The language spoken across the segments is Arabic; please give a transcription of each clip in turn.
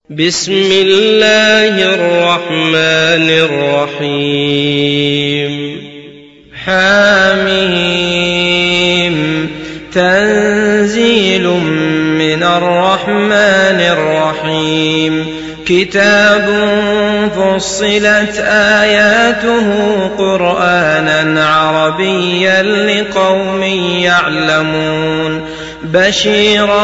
بسم الله الرحمن الرحيم حميم تنزيل من الرحمن الرحيم كتاب فصلت آياته قرآنا عربيا لقوم يعلمون بشيرا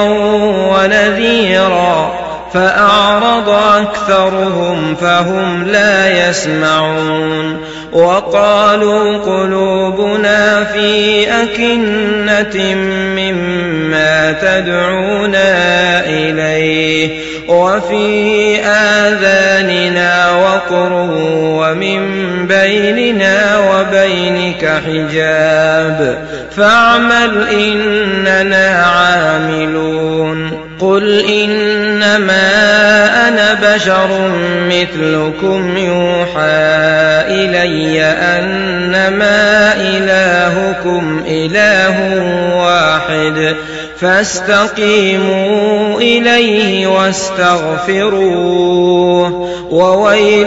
ونذيرا فأعرض أكثرهم فهم لا يسمعون وقالوا قلوبنا في أكنة مما تدعونا إليه وفي آذاننا وقر ومن بيننا وبينك حجاب فاعمل إننا عاملون قل إنما أنا بشر مثلكم يوحى إلي أنما إلهكم إله واحد فاستقيموا إليه واستغفروه وويل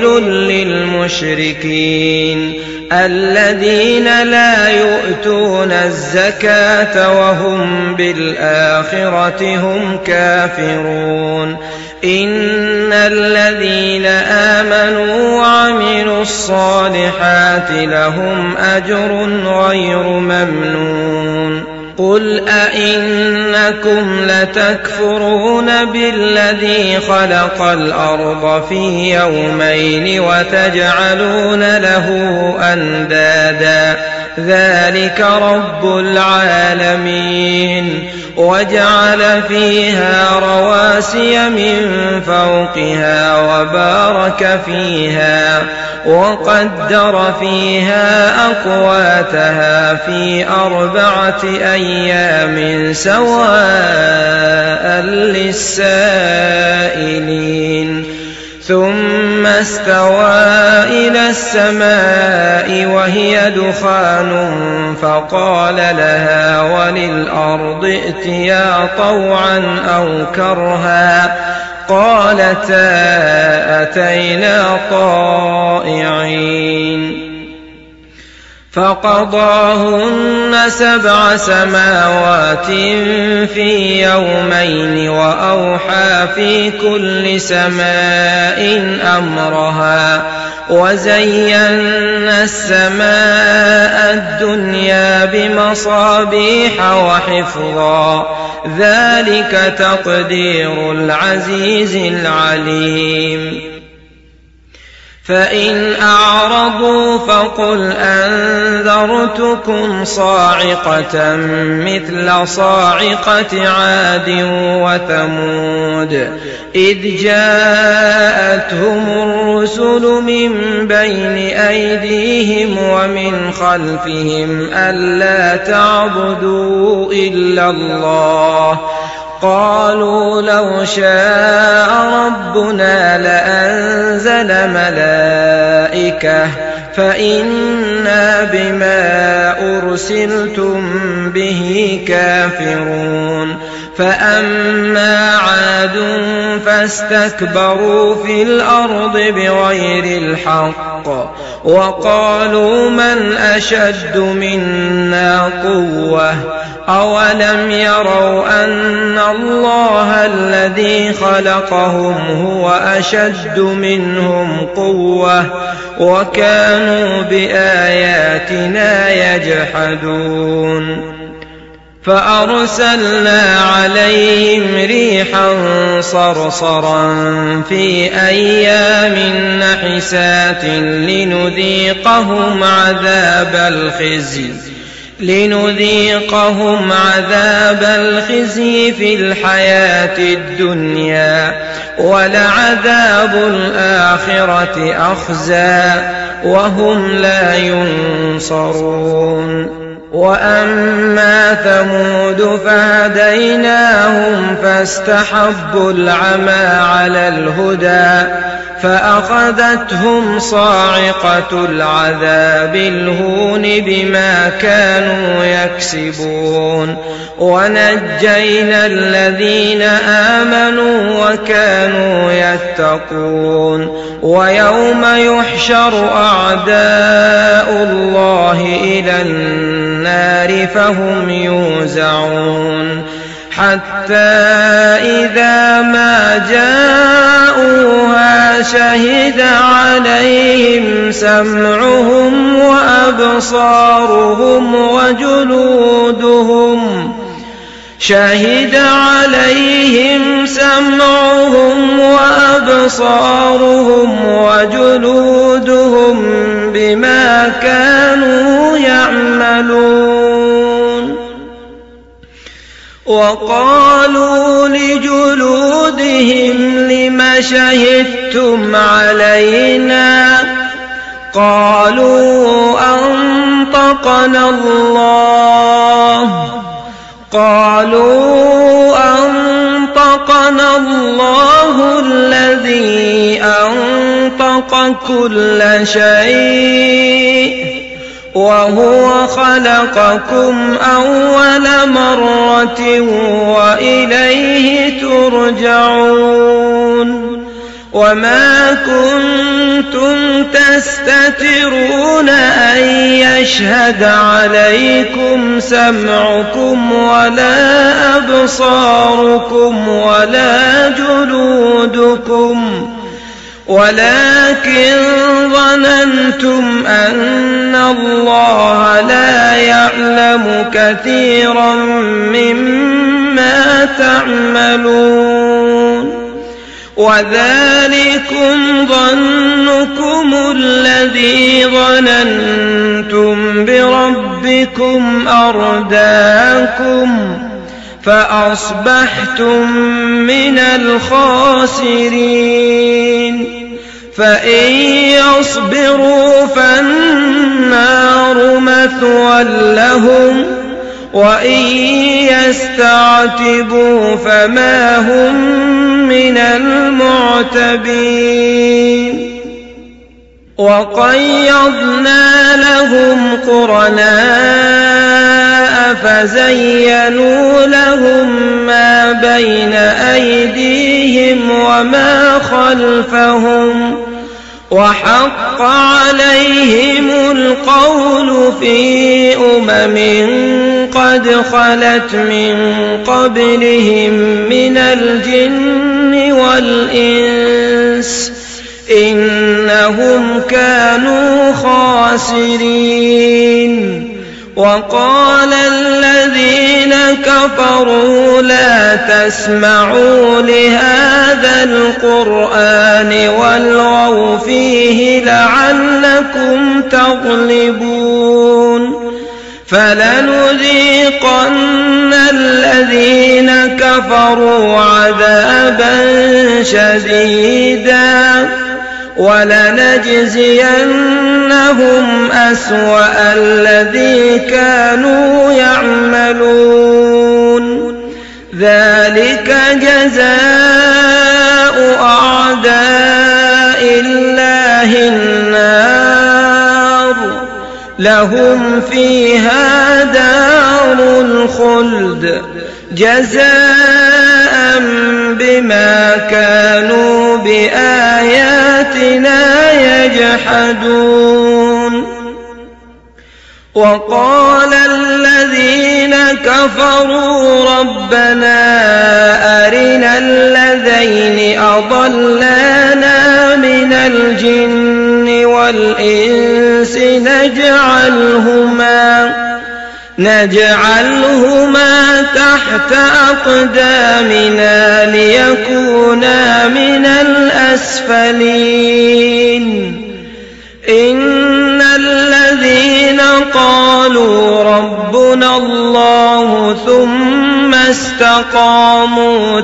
للمشركين الذين لا يؤتون الزكاة وهم بالآخرة هم كافرون إن الذين آمنوا وعملوا الصالحات لهم أجر غير ممنون قل أئنكم لتكفرون بالذي خلق الأرض في يومين وتجعلون له أندادا ذلك رب العالمين وجعل فيها رواسي من فوقها وبارك فيها وقدر فيها أقواتها في 4 أيام سواء للسائلين ثم استوى إلى السماء وهي دخان فقال لها وللأرض ائتيا طوعا أو كرها قالتا أتينا طائعين فقضاهن 7 سماوات في يومين وأوحى في كل سماء أمرها وزينا السماء الدنيا بمصابيح وحفظا ذلك تقدير العزيز العليم فإن أعرضوا فقل أنذرتكم صاعقة مثل صاعقة عاد وثمود إذ جاءتهم الرسل من بين أيديهم ومن خلفهم ألا تعبدوا إلا الله قالوا لو شاء ربنا لأنزل ملائكة فإنا بما أرسلتم به كافرون فأما عاد فاستكبروا في الأرض بغير الحق وقالوا من أشد منا قوة أولم يروا أن الله الذي خلقهم هو أشد منهم قوة وكانوا بآياتنا يجحدون فأرسلنا عليهم ريحا صرصرا في أيام نحسات لنذيقهم عذاب الخزي في الحياة الدنيا ولعذاب الآخرة أخزى وهم لا ينصرون وأما ثمود فهديناهم فاستحبوا العمى على الهدى فأخذتهم صاعقة العذاب الهون بما كانوا يكسبون ونجينا الذين آمنوا وكانوا يتقون ويوم يحشر أعداء الله إلى النار فهم يوزعون حتى إذا ما جاءوها شهد عليهم سمعهم وأبصارهم وجلودهم بما كانوا يعملون وقالوا لجلودهم لم شهدتم علينا قالوا أنطقنا الله الذي أنطق كل شيء وهو خلقكم أول مرة وإليه ترجعون وما كنتم تستترون أن يشهد عليكم سمعكم ولا أبصاركم ولا جلودكم ولكن ظننتم أن الله لا يعلم كثيرا مما تعملون وذلكم ظنكم الذي ظننتم بربكم أرداكم فأصبحتم من الخاسرين فإن يصبروا فالنار مثوى لهم وإن يستعتبوا فما هم من المعتبين وقيضنا لهم قرناء فزينوا لهم ما بين أيديهم وما خلفهم وحق عليهم القول في قد خلت من قبلهم من الجن والإنس إنهم كانوا خاسرين وقال الذين كفروا لا تسمعوا لهذا القرآن والغوا فيه لعلكم تغلبون فلنذيقن الذين كفروا عذابا شديدا ولنجزينهم أسوأ الذي كانوا يعملون ذلك جزاء أعداء الله النار لهم فيها دار الخلد جزاء بما كانوا بآياتنا يجحدون وقال الذين كفروا ربنا أرنا الذين أضلانا من الجن والإنس نجعلهما تحت أقدامنا ليكونا من الأسفلين إن الذين قالوا ربنا الله ثم استقاموا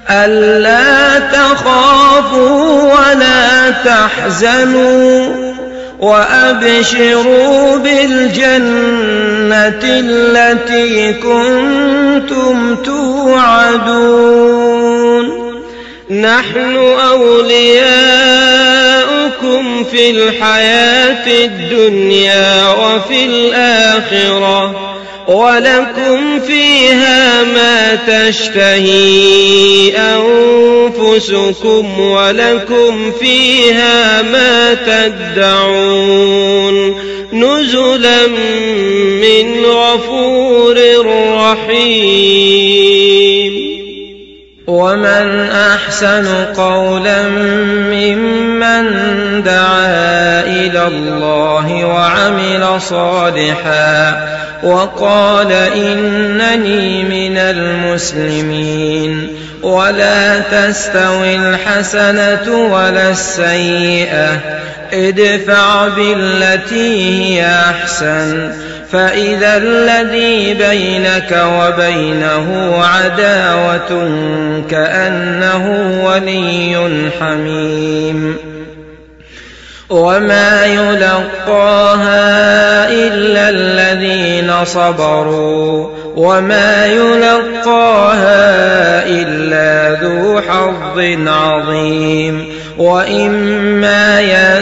ألا تخافوا ولا تحزنوا وأبشروا بالجنة التي كنتم توعدون نحن أولياؤكم في الحياة الدنيا وفي الآخرة ولكم فيها ما تشتهي أنفسكم ولكم فيها ما تدعون نزلا من غفور رحيم ومن أحسن قولا ممن دعا إلى الله وعمل صالحا وقال إنني من المسلمين ولا تستوي الحسنة ولا السيئة ادفع بالتي هي أحسن فإذا الذي بينك وبينه عداوة كأنه ولي حميم وما يلقاها إلا الذين صبروا وما يلقاها إلا ذو حظ عظيم وإما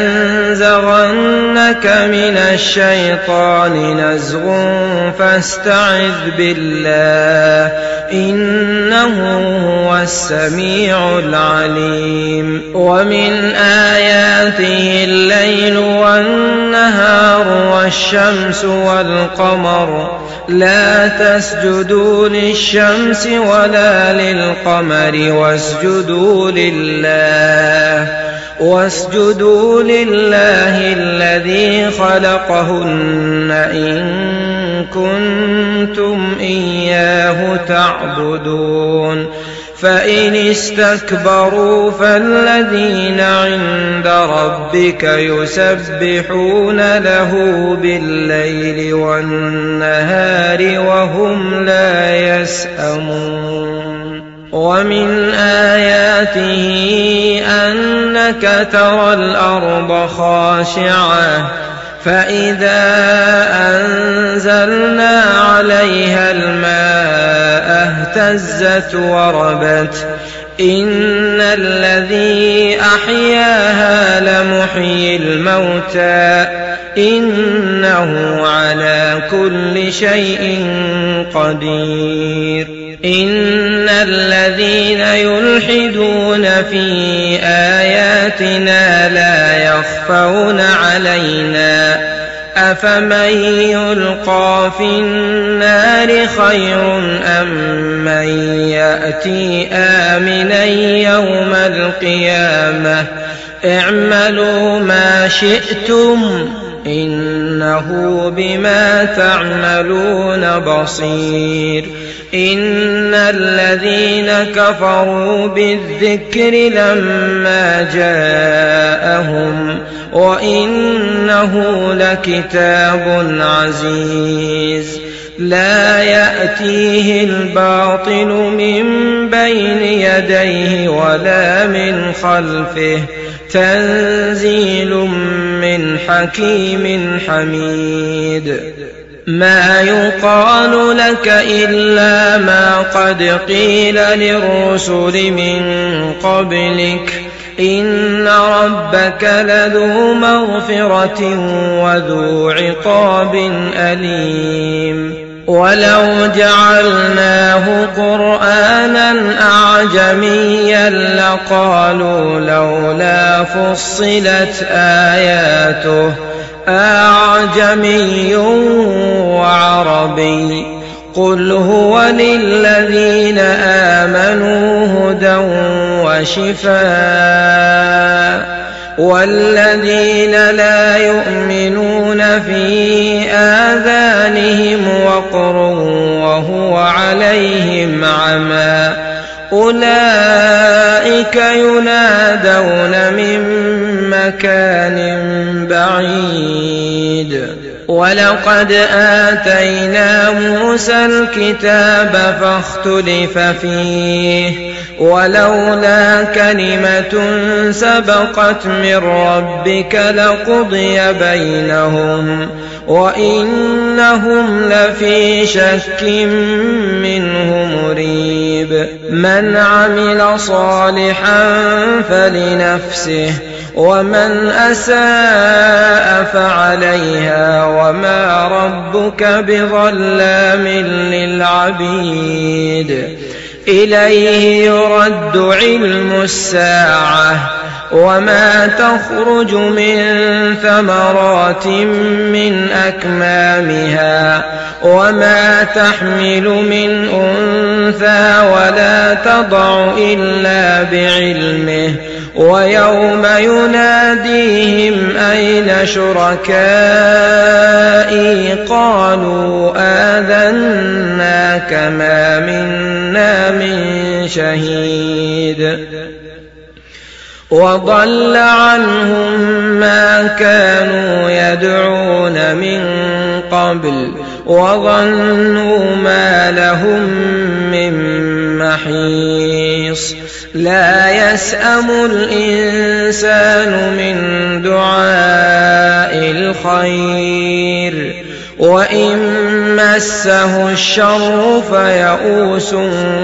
ينزغنك من الشيطان نزغ فاستعذ بالله إنه هو السميع العليم ومن آياته الليل والنهار والشمس والقمر لا تسجدوا للشمس ولا للقمر واسجدوا لله الذي خلقهن إن كنتم إياه تعبدون فإن استكبروا فالذين عند ربك يسبحون له بالليل والنهار وهم لا يسأمون ومن آياته أنك ترى الأرض خاشعة فإذا أنزلنا عليها الماء اهتزت وربت إن الذي أحياها لمحيي الموتى إنه على كل شيء قدير إن الذين يلحدون في آياتنا لا يخفون علينا أفمن يلقى في النار خير أم من يأتي آمنا يوم القيامة اعملوا ما شئتم إنه بما تعملون بصير إن الذين كفروا بالذكر لما جاءهم وإنه لكتاب عزيز لا يأتيه الباطل من بين يديه ولا من خلفه تنزيل من حكيم حميد ما يقال لك إلا ما قد قيل للرسل من قبلك إن ربك لذو مغفرة وذو عقاب أليم ولو جعلناه قرآنا أعجميا لقالوا لولا فصلت آياته أعجمي وعربي قل هو للذين آمنوا هدى وشفاء والذين لا يؤمنون في آذانهم وقر وهو عليهم عمى أولئك ينادون من مكان بعيد ولقد آتينا موسى الكتاب فاختلف فيه ولولا كلمة سبقت من ربك لقضي بينهم وإنهم لفي شك منه مريب من عمل صالحا فلنفسه ومن أساء فعليها وما ربك بظلام للعبيد إليه يرد علم الساعة وما تخرج من ثمرات من أكمامها وما تحمل من أنثى ولا تضع إلا بعلمه ويوم يناديهم أين شركائي قالوا آذناك ما منا من شهيد وضل عنهم ما كانوا يدعون من قبل وظنوا ما لهم من محيص لا يسأم الإنسان من دعاء الخير وإن مسه الشر فيئوس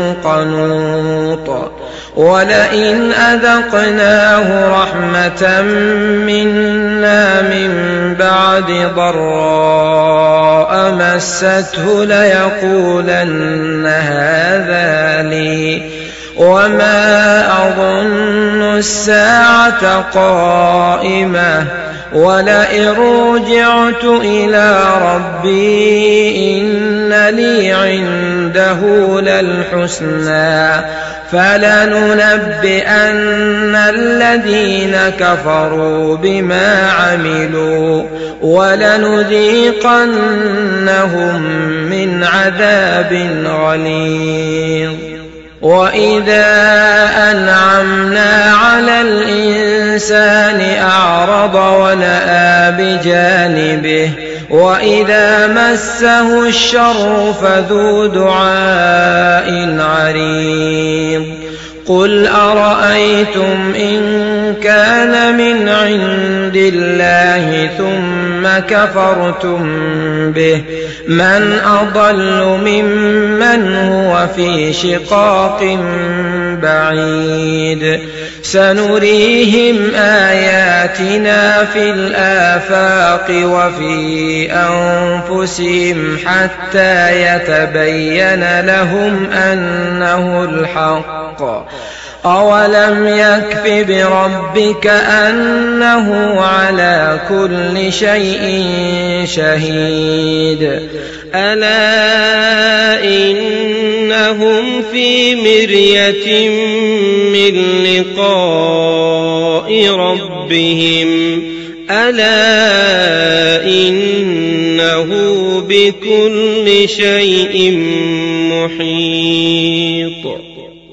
قنوط ولئن أذقناه رحمة منا من بعد ضراء مسته ليقولن هذا لي وما أظن الساعة قائمة ولئن رجعت إلى ربي إن لي عنده للحسنى فلننبئن الذين كفروا بما عملوا ولنذيقنهم من عذاب غليظ وإذا أنعمنا على الإنسان أعرض ونأى بجانبه وإذا مسه الشر فذو دعاء عريض قل أرأيتم إن كان من عند الله ثم كفرتم به من أضل ممن هو في شقاق بعيد سنريهم آياتنا في الآفاق وفي أنفسهم حتى يتبين لهم أنه الحق أولم يكف بربك أنه على كل شيء شهيد ألا إنهم في مرية من لقاء ربهم ألا إنه بكل شيء محيط